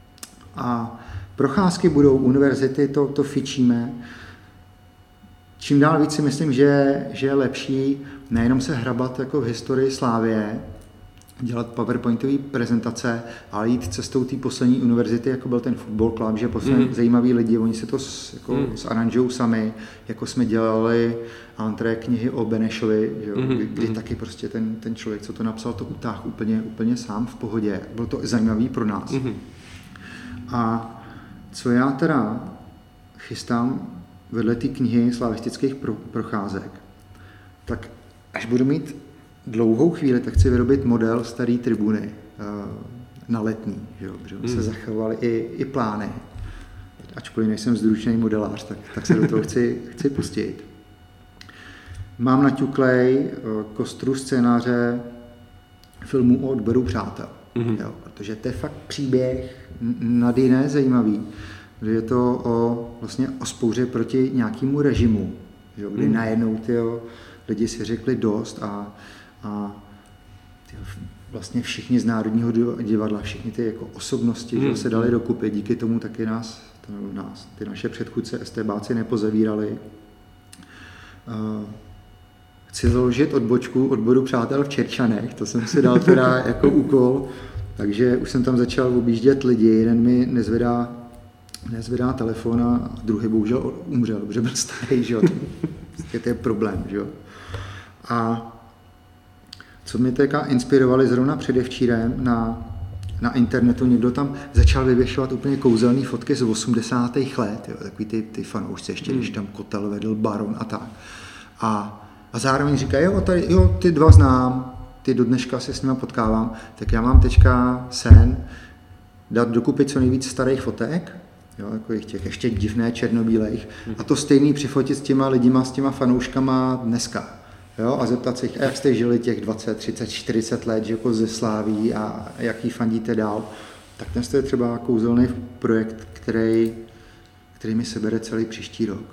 Speaker 2: A procházky budou, univerzity, to fičíme. Čím dál víc si myslím, že je lepší nejenom se hrabat jako v historii Slávie, dělat PowerPointové prezentace, ale jít cestou té poslední univerzity, jako byl ten Football Club, že zajímaví lidi, oni se to zaranžují sami, jako jsme dělali antré knihy o Benešovi, kdy taky prostě ten člověk, co to napsal, to utáhl úplně sám v pohodě. Bylo to zajímavý pro nás. A co já teda chystám vedle té knihy slavistických procházek, tak až budu mít dlouhou chvíli, tak chci vyrobit model staré tribuny na Letný, že se zachovaly i plány. Ačkoliv nejsem zručený modelář, tak se do toho chci pustit. Mám naťuklej kostru scénáře filmu o odboru Přátel, protože to je fakt příběh nad jiné zajímavý. Že je to o spouře proti nějakému režimu, kdy najednou lidi si řekli dost a vlastně všichni z Národního divadla, všichni ty jako osobnosti se dali dokupy, díky tomu taky ty naše předchůdce estébáci nepozavírali. Chci založit odbočku odboru Přátel v Čerčanech, to jsem si dal teda jako úkol, takže už jsem tam začal objíždět lidi, jeden mi nezvedá telefon a druhý bohužel umřel, protože byl starý, že jo. To je problém, že jo. A co mě teďka inspirovali zrovna předevčírem na internetu, někdo tam začal vyvěšovat úplně kouzelné fotky z 80. let, jo, takový ty fanoušci, ještě když tam Kotel vedl, Baron a tak. A zároveň říkají, ty dva znám, ty do dneška se s nimi potkávám, tak já mám teďka sen dát dokupy co nejvíc starých fotek, jako těch ještě divné černobílejch, a to stejný přifotit s těma lidima, s těma fanouškama dneska. A zeptat se jich, jak jste žili těch 20, 30, 40 let, že jako ze Sláví a jaký fandíte dál. Tak ten je třeba kouzelný projekt, který mi sebere celý příští rok.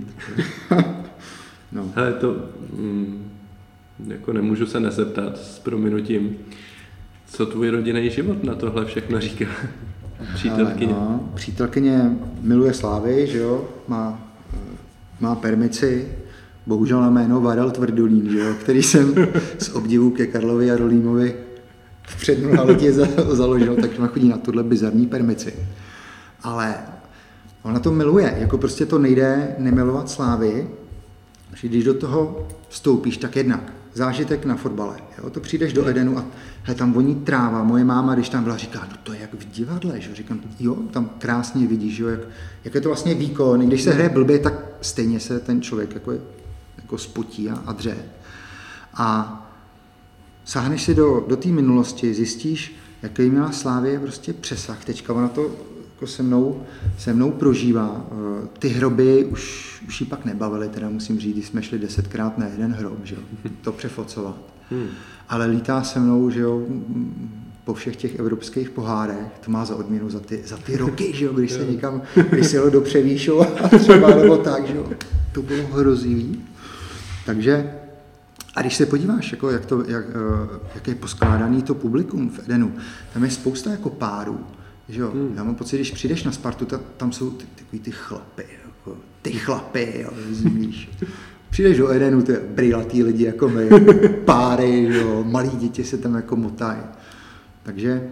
Speaker 1: No. Hele, to jako nemůžu se nezeptat s prominutím, co tvůj rodinný život na tohle všechno říká. Přítelkyně.
Speaker 2: Přítelkyně miluje Slávy, že jo, má permici, bohužel na jméno Varel Tvrdolín, že jo, který jsem z obdivu ke Karlovi Jarolímovi před mnoha lety založil, tak má chodí na tuhle bizarní permici. Ale ona to miluje, jako prostě to nejde nemilovat Slávy, že když do toho vstoupíš, tak jednak zážitek na fotbale. Jo? To přijdeš do Edenu a tam voní tráva. Moje máma, když tam byla, říká, no to je jak v divadle. Že? Říkám, jo, tam krásně vidíš, jo, jak je to vlastně výkon. Když se hraje blbě, tak stejně se ten člověk jako spotí a dře. A sáhneš si do té minulosti, zjistíš, jaký měla Slávie prostě přesah. Teďka ona to jako se mnou prožívá. Ty hroby už jí pak nebavily, teda musím říct, když jsme šli 10krát na jeden hrob, že jo, to přefocovat. Ale lítá se mnou, že jo, po všech těch evropských pohárech, to má za odměnu za ty roky, že jo, když se někam vysjelo do Převýšova a třeba nebo tak, že jo, to bylo hrozivý. Takže, a když se podíváš, jako jak je poskládaný to publikum v Edenu, tam je spousta jako párů, že jo, já mám pocit, když přijdeš na Spartu, tam jsou takový ty chlapy, jo, víš. Přijdeš do Edenu, ty brýlatý lidi jako my, páry, jo, malí děti se tam jako motají. Takže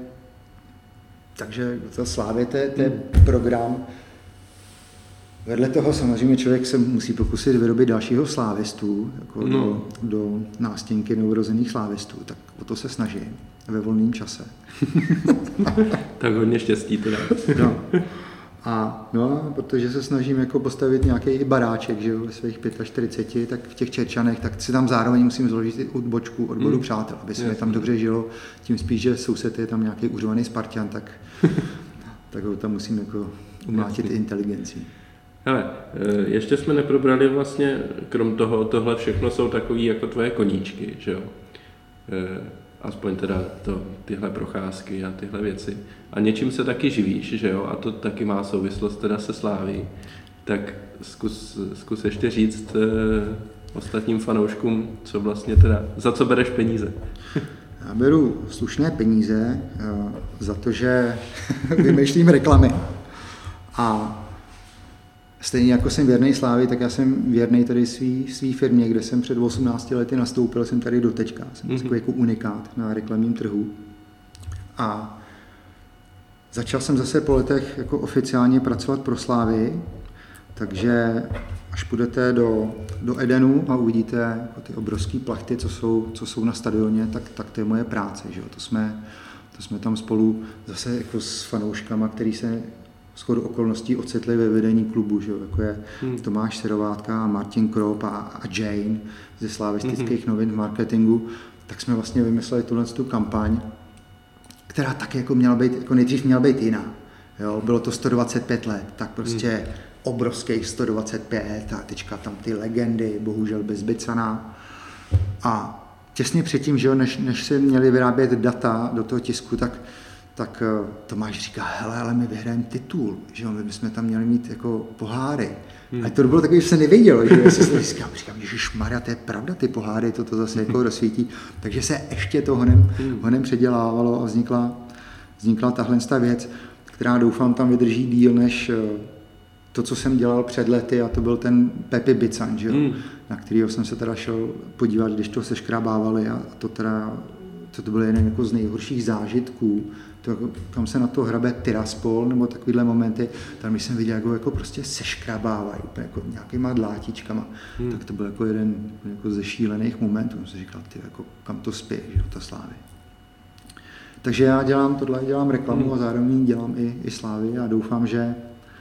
Speaker 2: ta Slávě, to je program. Vedle toho samozřejmě člověk se musí pokusit vyrobit dalšího slávistu, jako do nástěnky novorozených slávistů, tak o to se snažím ve volném čase.
Speaker 1: Tak hodně štěstí teda.
Speaker 2: No. No, protože se snažím jako postavit nějaký i baráček, že jo, ve svých 45, tak v těch Čerčanech, tak si tam zároveň musím zložit i odbočku odboru přátel, aby se mi tam dobře žilo, tím spíš, že soused je tam nějaký uřvaný Spartan, tak ho tam musím jako umlátit inteligencí.
Speaker 1: Hele, ještě jsme neprobrali vlastně, krom toho, tohle všechno jsou takový jako tvoje koníčky, že jo? Aspoň teda tyhle procházky a tyhle věci. A něčím se taky živíš, že jo? A to taky má souvislost teda se Sláví. Tak zkus ještě říct ostatním fanouškům, co vlastně teda, za co bereš peníze.
Speaker 2: Já beru slušné peníze za to, že vymýšlím reklamy. A stejně jako jsem věrný Slávy, tak já jsem věrný tady svý firmě, kde jsem před 18 lety nastoupil, jsem tady doteďka. Jsem takový jako unikát na reklamním trhu. A začal jsem zase po letech jako oficiálně pracovat pro Slávy, takže až půjdete do Edenu a uvidíte jako ty obrovské plachty, co jsou na stadioně, tak to je moje práce. Že jo? To jsme tam spolu zase jako s fanouškama, který se shodou okolností ocitli ve vedení klubu, že jo? Jako je Tomáš Serovátka, Martin Krop a Jane ze slavistických novin v marketingu, tak jsme vlastně vymysleli tu kampaň, která taky jako měla být, jako nejdřív měla být jiná. Jo? Bylo to 125 let, tak prostě obrovských 125 a teďka tam ty legendy, bohužel bez Bicana. A těsně předtím, že jo, než se měli vyrábět data do toho tisku, tak Tomáš říká, hele, ale my vyhrajeme titul, že jo, my bychom tam měli mít jako poháry. Ale to bylo takový, že se nevědělo, že jo, říkám, ježišmarja, to je pravda, ty poháry, to zase jako rozsvítí. Takže se ještě to honem předělávalo a vznikla tahle věc, která doufám tam vydrží díl než to, co jsem dělal před lety, a to byl ten Pepi Bican, že jo, na kterýho jsem se teda šel podívat, když to seškrabávali, a to byl jeden jako z nejhorších zážitků. Tam se na to hrabe Tiraspol nebo takovýhle momenty, tam jsem viděl, jak ho jako prostě seškrabávají, úplně jako nějakýma dlátičkama. Tak to byl jako jeden jako ze šílených momentů. Jsem si říkal, ty, jako, kam to spěje, že ta Slávy. Takže já dělám reklamu a zároveň dělám i Slávy a doufám, že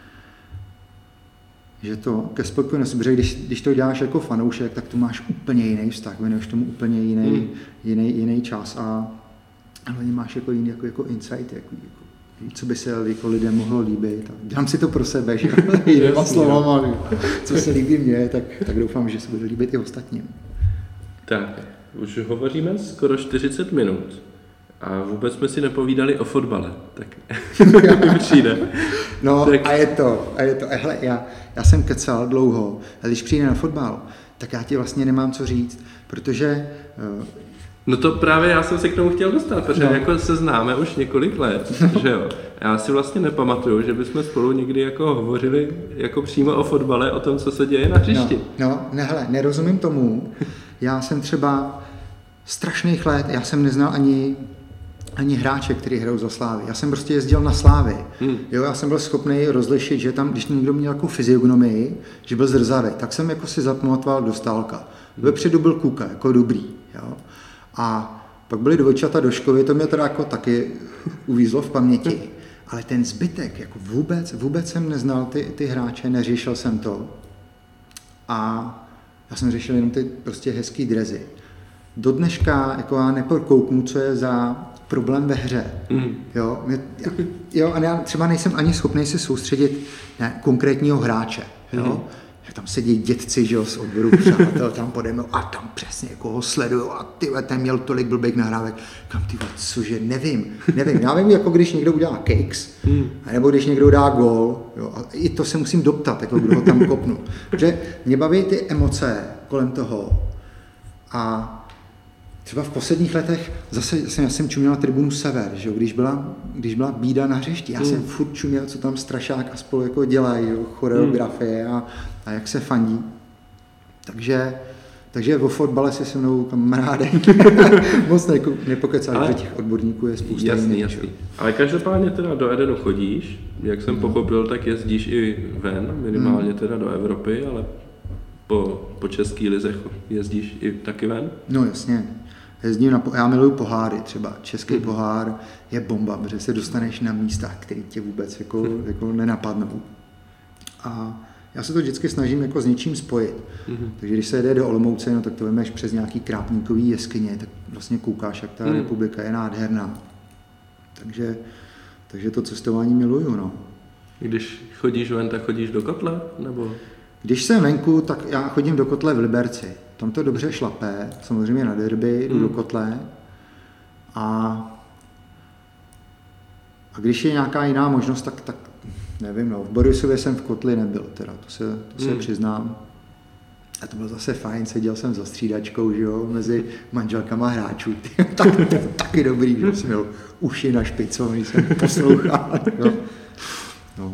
Speaker 2: to ke spokojenosti, protože když to děláš jako fanoušek, tak tu máš úplně jiný vztah, věnuješ tomu úplně jiný čas a hlavně máš jako jiný jako insight, jako, co by se jako lidem mohlo líbit. A dělám si to pro sebe, že jinýma slovama, co se líbí mně, tak doufám, že se bude líbit i ostatním. Tak,
Speaker 1: už hovoříme skoro 40 minut. A vůbec jsme si nepovídali o fotbale, tak mi přijde.
Speaker 2: No tak. A je to. Hele, já jsem kecal dlouho, a když přijde na fotbal, tak já ti vlastně nemám co říct, protože...
Speaker 1: No to právě já jsem se k tomu chtěl dostat, protože jako se známe už několik let, že jo. Já si vlastně nepamatuju, že bychom spolu někdy jako hovořili jako přímo o fotbale, o tom, co se děje na hřišti.
Speaker 2: Hele, nerozumím tomu. Já jsem třeba strašných let, já jsem neznal ani hráče, který hrajou za Slávy. Já jsem prostě jezdil na Slávy. Jo, já jsem byl schopný rozlišit, že tam, když někdo měl jako fyziognomii, že byl zrzavý, tak jsem jako si zapamatoval Dostálka. Vepředu byl Kuka, jako dobrý. Jo. A pak byly dvojčata do školy, to mě teda jako taky uvízlo v paměti. Ale ten zbytek, jako vůbec jsem neznal ty hráče, neřešil jsem to. A já jsem řešil jenom ty prostě hezký drezy. do dneška jako já neprokouknu, co je za problém ve hře. Jo, a já třeba nejsem ani schopný se soustředit na konkrétního hráče. Jo? Tam sedí dětci, že jo, z odboru přátel, tam pode mnou a tam přesně jako ho sleduju a tyhle, ten měl tolik blbých nahrávek. Kam ty, cože, nevím. Já vím, jako když někdo udělá kicks, nebo když někdo dá gól, jo, a i to se musím doptat, jako kdo ho tam kopnu. Protože mě baví ty emoce kolem toho a třeba v posledních letech zase já jsem čuměl na tribunu Sever, že jo, když byla bída na hřišti, já jsem furt čuměl, co tam Strašák a spolu jako dělají, jo, choreografie a jak se fandí. Takže o fotbale si se mnou kamaráde moc nepokecáš, že těch odborníků je spousta.
Speaker 1: Jasný. Ale každopádně teda do Edenu chodíš, jak jsem pochopil, tak jezdíš i ven, minimálně teda do Evropy, ale po český lize jezdíš i taky ven?
Speaker 2: No jasně. Já miluju poháry třeba. Český pohár je bomba, protože se dostaneš na místa, které tě vůbec jako nenapadnou. A já se to vždycky snažím jako s něčím spojit. Takže když se jede do Olomouce, no, tak to vemeš přes nějaký krápníkový jeskyně, tak vlastně koukáš, jak ta republika je nádherná. Takže to cestování miluju. No.
Speaker 1: Když chodíš ven, tak chodíš do kotle? Nebo?
Speaker 2: Když jsem venku, tak já chodím do kotle v Liberci. Tam to dobře šlape, samozřejmě na derby, jdu do kotle. A když je nějaká jiná možnost, tak nevím, no. V Borisově jsem v kotli nebyl, teda, to se přiznám. A to bylo zase fajn, seděl jsem za střídačkou, že jo, mezi manželkama hráčů. Taky dobrý, že jsem měl uši na špicový, jsem poslouchal. No.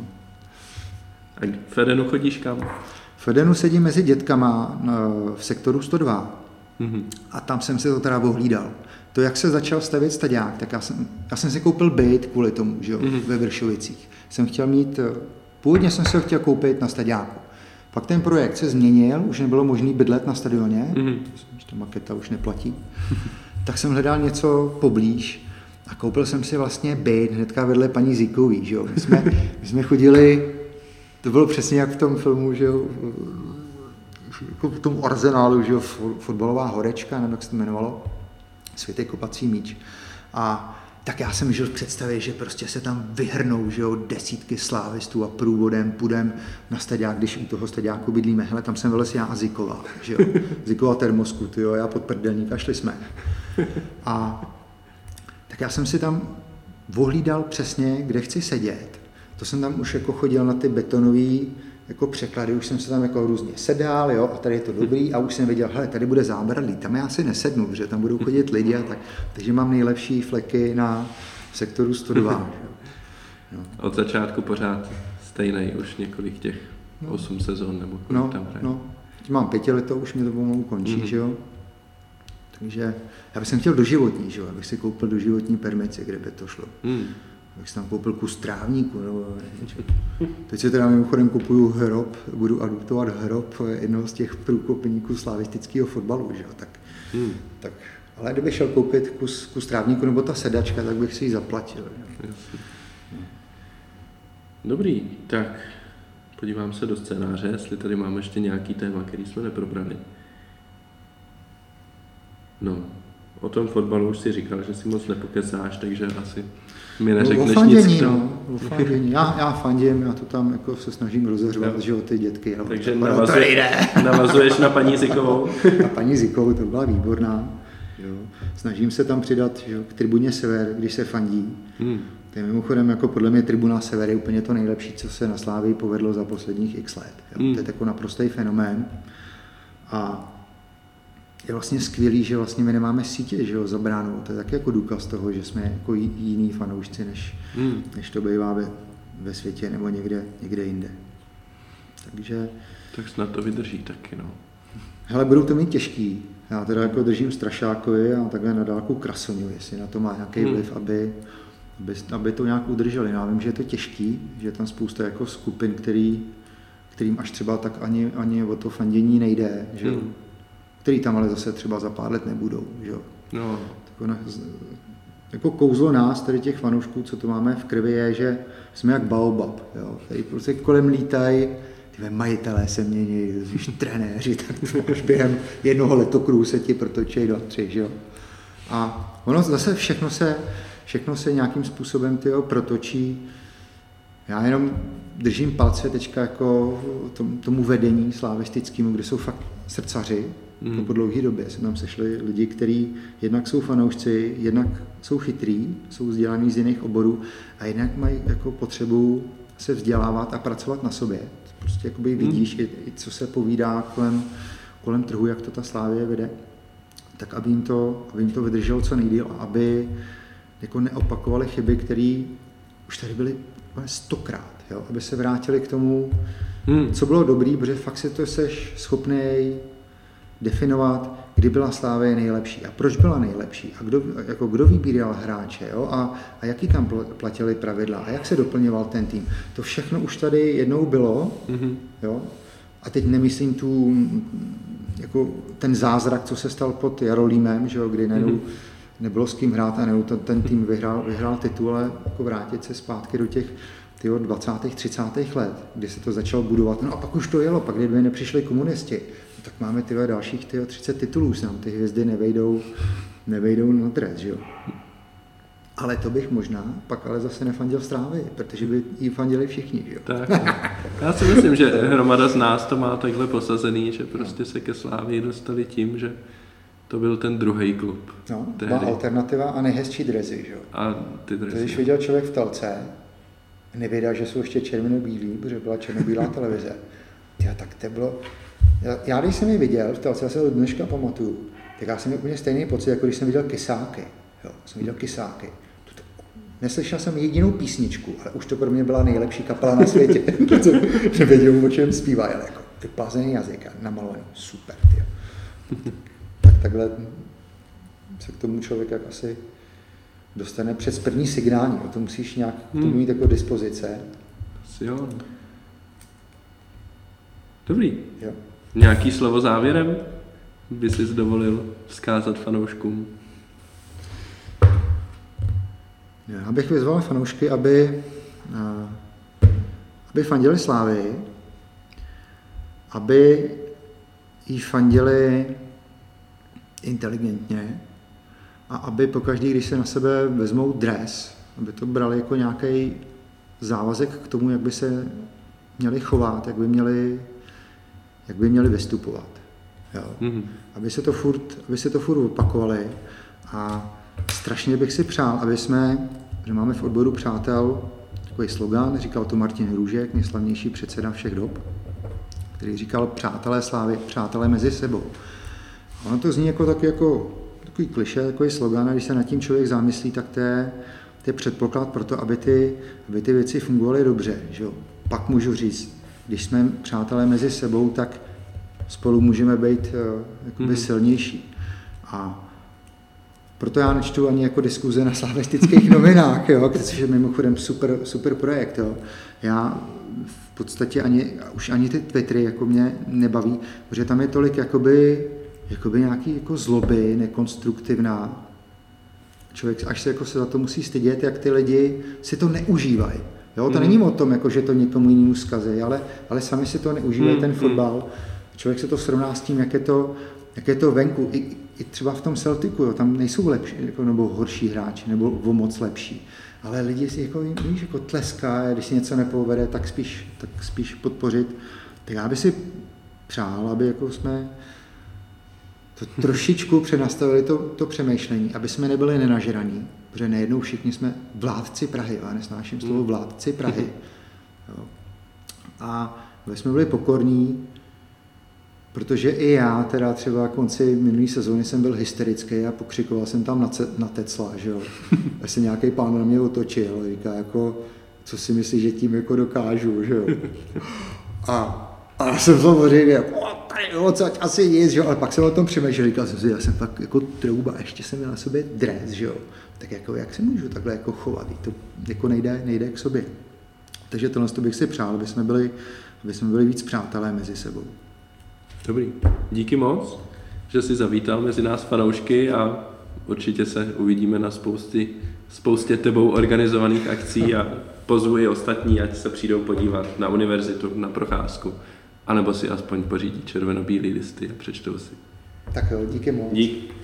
Speaker 1: A v Edenu chodíš kam?
Speaker 2: V Edenu sedím mezi dětkama v sektoru 102 a tam jsem si to teda ohlídal. To, jak se začal stavět staďák, tak já jsem si koupil byt kvůli tomu, že jo, ve Vršovicích. Původně jsem si ho chtěl koupit na staďáku. Pak ten projekt se změnil, už nebylo možné bydlet na stadioně, ta maketa už neplatí. Tak jsem hledal něco poblíž a koupil jsem si vlastně byt hnedka vedle paní Zíkový, že jo. My jsme chodili, to bylo přesně jak v tom filmu, že jo, jako v tom Arsenálu, že jo, fotbalová horečka, nebo jak se to jmenovalo, Světý kopací míč. A tak já jsem žil v představě, že prostě se tam vyhrnou, že jo, desítky slávistů a průvodem půjdem na staďák, když u toho staďáku bydlíme. Hele, tam jsem vylez já a Ziková, že jo, Ziková Termoskut, jo, já pod prdelník a šli jsme. A tak já jsem si tam ohlídal přesně, kde chci sedět. To jsem tam už jako chodil na ty betonové jako překlady, už jsem se tam jako různě sedal, jo, a tady je to dobrý a už jsem věděl, hele, tady bude zábradlí, tam já si nesednu, protože tam budou chodit lidi a tak, takže mám nejlepší fleky na sektoru 102.
Speaker 1: No. Od začátku pořád stejný, už několik těch 8 sezon, nebo kolik tam hraje. No,
Speaker 2: mám 5letou, už mě to pomalu končí, že jo. Takže já bych chtěl doživotní, že jo, abych si koupil doživotní permici, kde by to šlo. Abych si tam koupil kus trávníku, nebo něco. Teď si teda mimochodem kupuju hrob, budu adoptovat hrob jednoho z těch průkopníků slavistického fotbalu, že jo, tak ale kdybych šel koupit kus trávníku nebo ta sedačka, tak bych si ji zaplatil.
Speaker 1: Dobrý, tak podívám se do scénáře, jestli tady máme ještě nějaký téma, který jsme neprobrali. No, o tom fotbalu už si říkal, že si moc nepokecáš, takže asi mi neřekneš nic.
Speaker 2: O fandění. Já fandím, já to tam jako se snažím rozehřovat, že jo, ty dětky. Jo.
Speaker 1: Takže navazuješ na paní Zikovou.
Speaker 2: Na paní Zikovou, to byla výborná. Jo. Snažím se tam přidat, že, k tribuně Sever, když se fandí. To je mimochodem jako podle mě tribuna Sever je úplně to nejlepší, co se na Slávii povedlo za posledních x let. Jo. To je jako naprostý fenomén. A je vlastně skvělý, že vlastně my nemáme sítě, že jo, za bránou. To je taky jako důkaz toho, že jsme jako jiný fanoušci, než to bývá ve světě nebo někde jinde. Takže...
Speaker 1: Tak snad to vydrží taky, no.
Speaker 2: Hele, budou to mít těžký. Já teda jako držím Strašákovi a takhle na dálku Krasoňu, jestli na to má nějaký vliv, aby to nějak udrželi. Já vím, že je to těžký, že je tam spousta jako skupin, kterým až třeba tak ani o to fandění nejde, že jo. Který tam ale zase třeba za pár let nebudou, že jo.
Speaker 1: No.
Speaker 2: Jako kouzlo nás, tady těch fanoušků, co to máme v krvi, je, že jsme jak baobab, jo. Tady prostě kolem lítají majitelé se mění, trenéři, tak už během jednoho letokruhu se ti protočí 2, 3, že jo. A ono zase všechno se nějakým způsobem protočí. Já jenom držím palce teďka jako tomu vedení slavistickému, kde jsou fakt srdcaři. Po dlouhé době se tam sešli lidi, kteří jednak jsou fanoušci, jednak jsou chytrý, jsou vzdělaný z jiných oborů a jednak mají jako potřebu se vzdělávat a pracovat na sobě. Prostě jakoby vidíš i co se povídá kolem trhu, jak to ta Slavie vede, tak aby jim to vydrželo co nejdýl a aby jako neopakovali chyby, které už tady byly 100krát, jo? Aby se vrátili k tomu, co bylo dobrý, protože fakt si to seš schopný definovat, kdy byla Slavie nejlepší a proč byla nejlepší a kdo vybíral hráče, jo? A jaký tam platily pravidla a jak se doplňoval ten tým. To všechno už tady jednou bylo, jo? A teď nemyslím jako ten zázrak, co se stal pod Jarolímem, že jo? Kdy nebylo s kým hrát a ten tým vyhrál titul, ale jako vrátit se zpátky do těch 20. 30. let, kdy se to začalo budovat. No a pak už to jelo, pak kdyby nepřišli komunisti, no tak máme dalších 30 titulů, se nám ty hvězdy nevejdou na dres, že jo. Ale to bych možná pak ale zase nefandil Slávii, protože by jí fandili všichni, že jo. Tak.
Speaker 1: Já si myslím, že hromada z nás to má takhle posazený, že prostě se ke Slávii dostali tím, že to byl ten druhý klub.
Speaker 2: No, byla alternativa a nejhezčí drezy, že jo.
Speaker 1: A ty drezy.
Speaker 2: Když viděl člověk v telce, nevěděl, že jsou ještě červenobílí, protože byla černobílá televize. Tak to bylo... Já když jsem ji viděl v telce, já se do dneška pamatuju, tak já jsem měl úplně stejný pocit, jako když jsem viděl Kysáky. Jo, jsem viděl Kysáky. Neslyšel jsem jedinou písničku, ale už to pro mě byla nejlepší kapela na světě. Nevěděl, o čem zpívají, ale jako vyplazený jazyk a namalovaný. Super, tyjo. Takhle se k tomu člověk jak asi dostane přes první signální. To musíš nějak k tomu mít jako dispozice.
Speaker 1: Asi jo. Dobrý.
Speaker 2: Jo.
Speaker 1: Nějaký slovo závěrem by si dovolil vzkázat fanouškům?
Speaker 2: Já bych vyzval fanoušky, aby fandili Slávii, aby jí fandili inteligentně a aby pokaždý, když se na sebe vezmou dres, aby to brali jako nějaký závazek k tomu, jak by se měli chovat, jak by měli vystupovat. Jo. Aby se to furt opakovali a strašně bych si přál, že máme v odboru přátel takový slogan, říkal to Martin Hružek, nejslavnější předseda všech dob, který říkal přátelé Slávy, přátelé mezi sebou. A ono to zní jako takový klišé, takový slogan, a když se nad tím člověk zamyslí, tak to je předpoklad pro to, aby ty věci fungovaly dobře. Že jo? Pak můžu říct, když jsme přátelé mezi sebou, tak spolu můžeme být silnější. A proto já nečtu ani jako diskuze na slavistických novinách, jo, což je mimochodem super projekt. Jo. Já v podstatě už ani ty Twittery jako mě nebaví, protože tam je tolik jakoby nějaký jako zloby, nekonstruktivná. Člověk až se za to musí stydět, jak ty lidi si to neužívají. Jo, to není o tom, jako, že to někomu jinému zkazí, ale sami si to neužívají ten fotbal. Člověk se to srovná s tím, jak je to venku. I třeba v tom Celticu, jo, tam nejsou lepší nebo horší hráči, nebo o moc lepší. Ale lidi si jako tleská, když si něco nepovede, tak spíš podpořit. Tak já bych si přál, aby jako jsme to trošičku přenastavili to přemýšlení, aby jsme nebyli nenažraní, protože nejednou všichni jsme vládci Prahy, já nesnáším slovo vládci Prahy. Jo. A aby jsme byli pokorní, protože i já teda třeba konci minulý sezóny jsem byl hysterický a pokřikoval jsem tam na Tecla, že jo. A se nějaký pán na mě otočil, říká jako, co si myslíš, že tím jako dokážu, že jo. A já jsem samozřejmě, odsaď asi nic, že jo, ale pak jsem o tom přemýšlel, říkal jsem si, já jsem fakt jako trouba, ještě jsem měl na sobě dres, že jo. Tak jako, jak se můžu takhle jako chovat, to jako nejde k sobě. Takže tohle bych si přál, aby jsme byli víc přátelé mezi sebou.
Speaker 1: Dobrý. Díky moc, že jsi zavítal mezi nás fanoušky a určitě se uvidíme na spoustě spoustě tebou organizovaných akcí a pozvu i ostatní, ať se přijdou podívat na univerzitu, na procházku, anebo si aspoň pořídí červeno-bílý listy a přečtou si.
Speaker 2: Tak jo, díky moc.
Speaker 1: Dík.